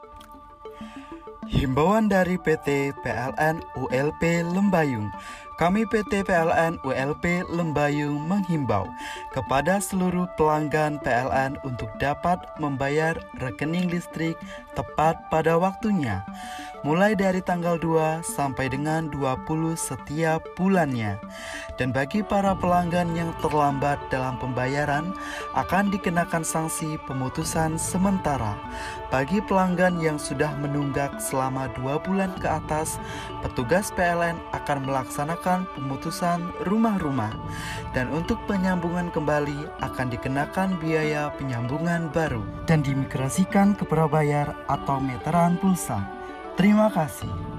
Himbauan dari PT PLN ULP Lembayung. Kami PT PLN ULP Lembayung menghimbau kepada seluruh pelanggan PLN untuk dapat membayar rekening listrik tepat pada waktunya, mulai dari tanggal 2 sampai dengan 20 setiap bulannya. Dan bagi para pelanggan yang terlambat dalam pembayaran akan dikenakan sanksi pemutusan sementara. Bagi pelanggan yang sudah menunggak selama 2 bulan ke atas, petugas PLN akan melaksanakan pemutusan rumah-rumah. Dan untuk penyambungan kembali akan dikenakan biaya penyambungan baru dan dimigrasikan ke prabayar atau meteran pulsa. Terima kasih.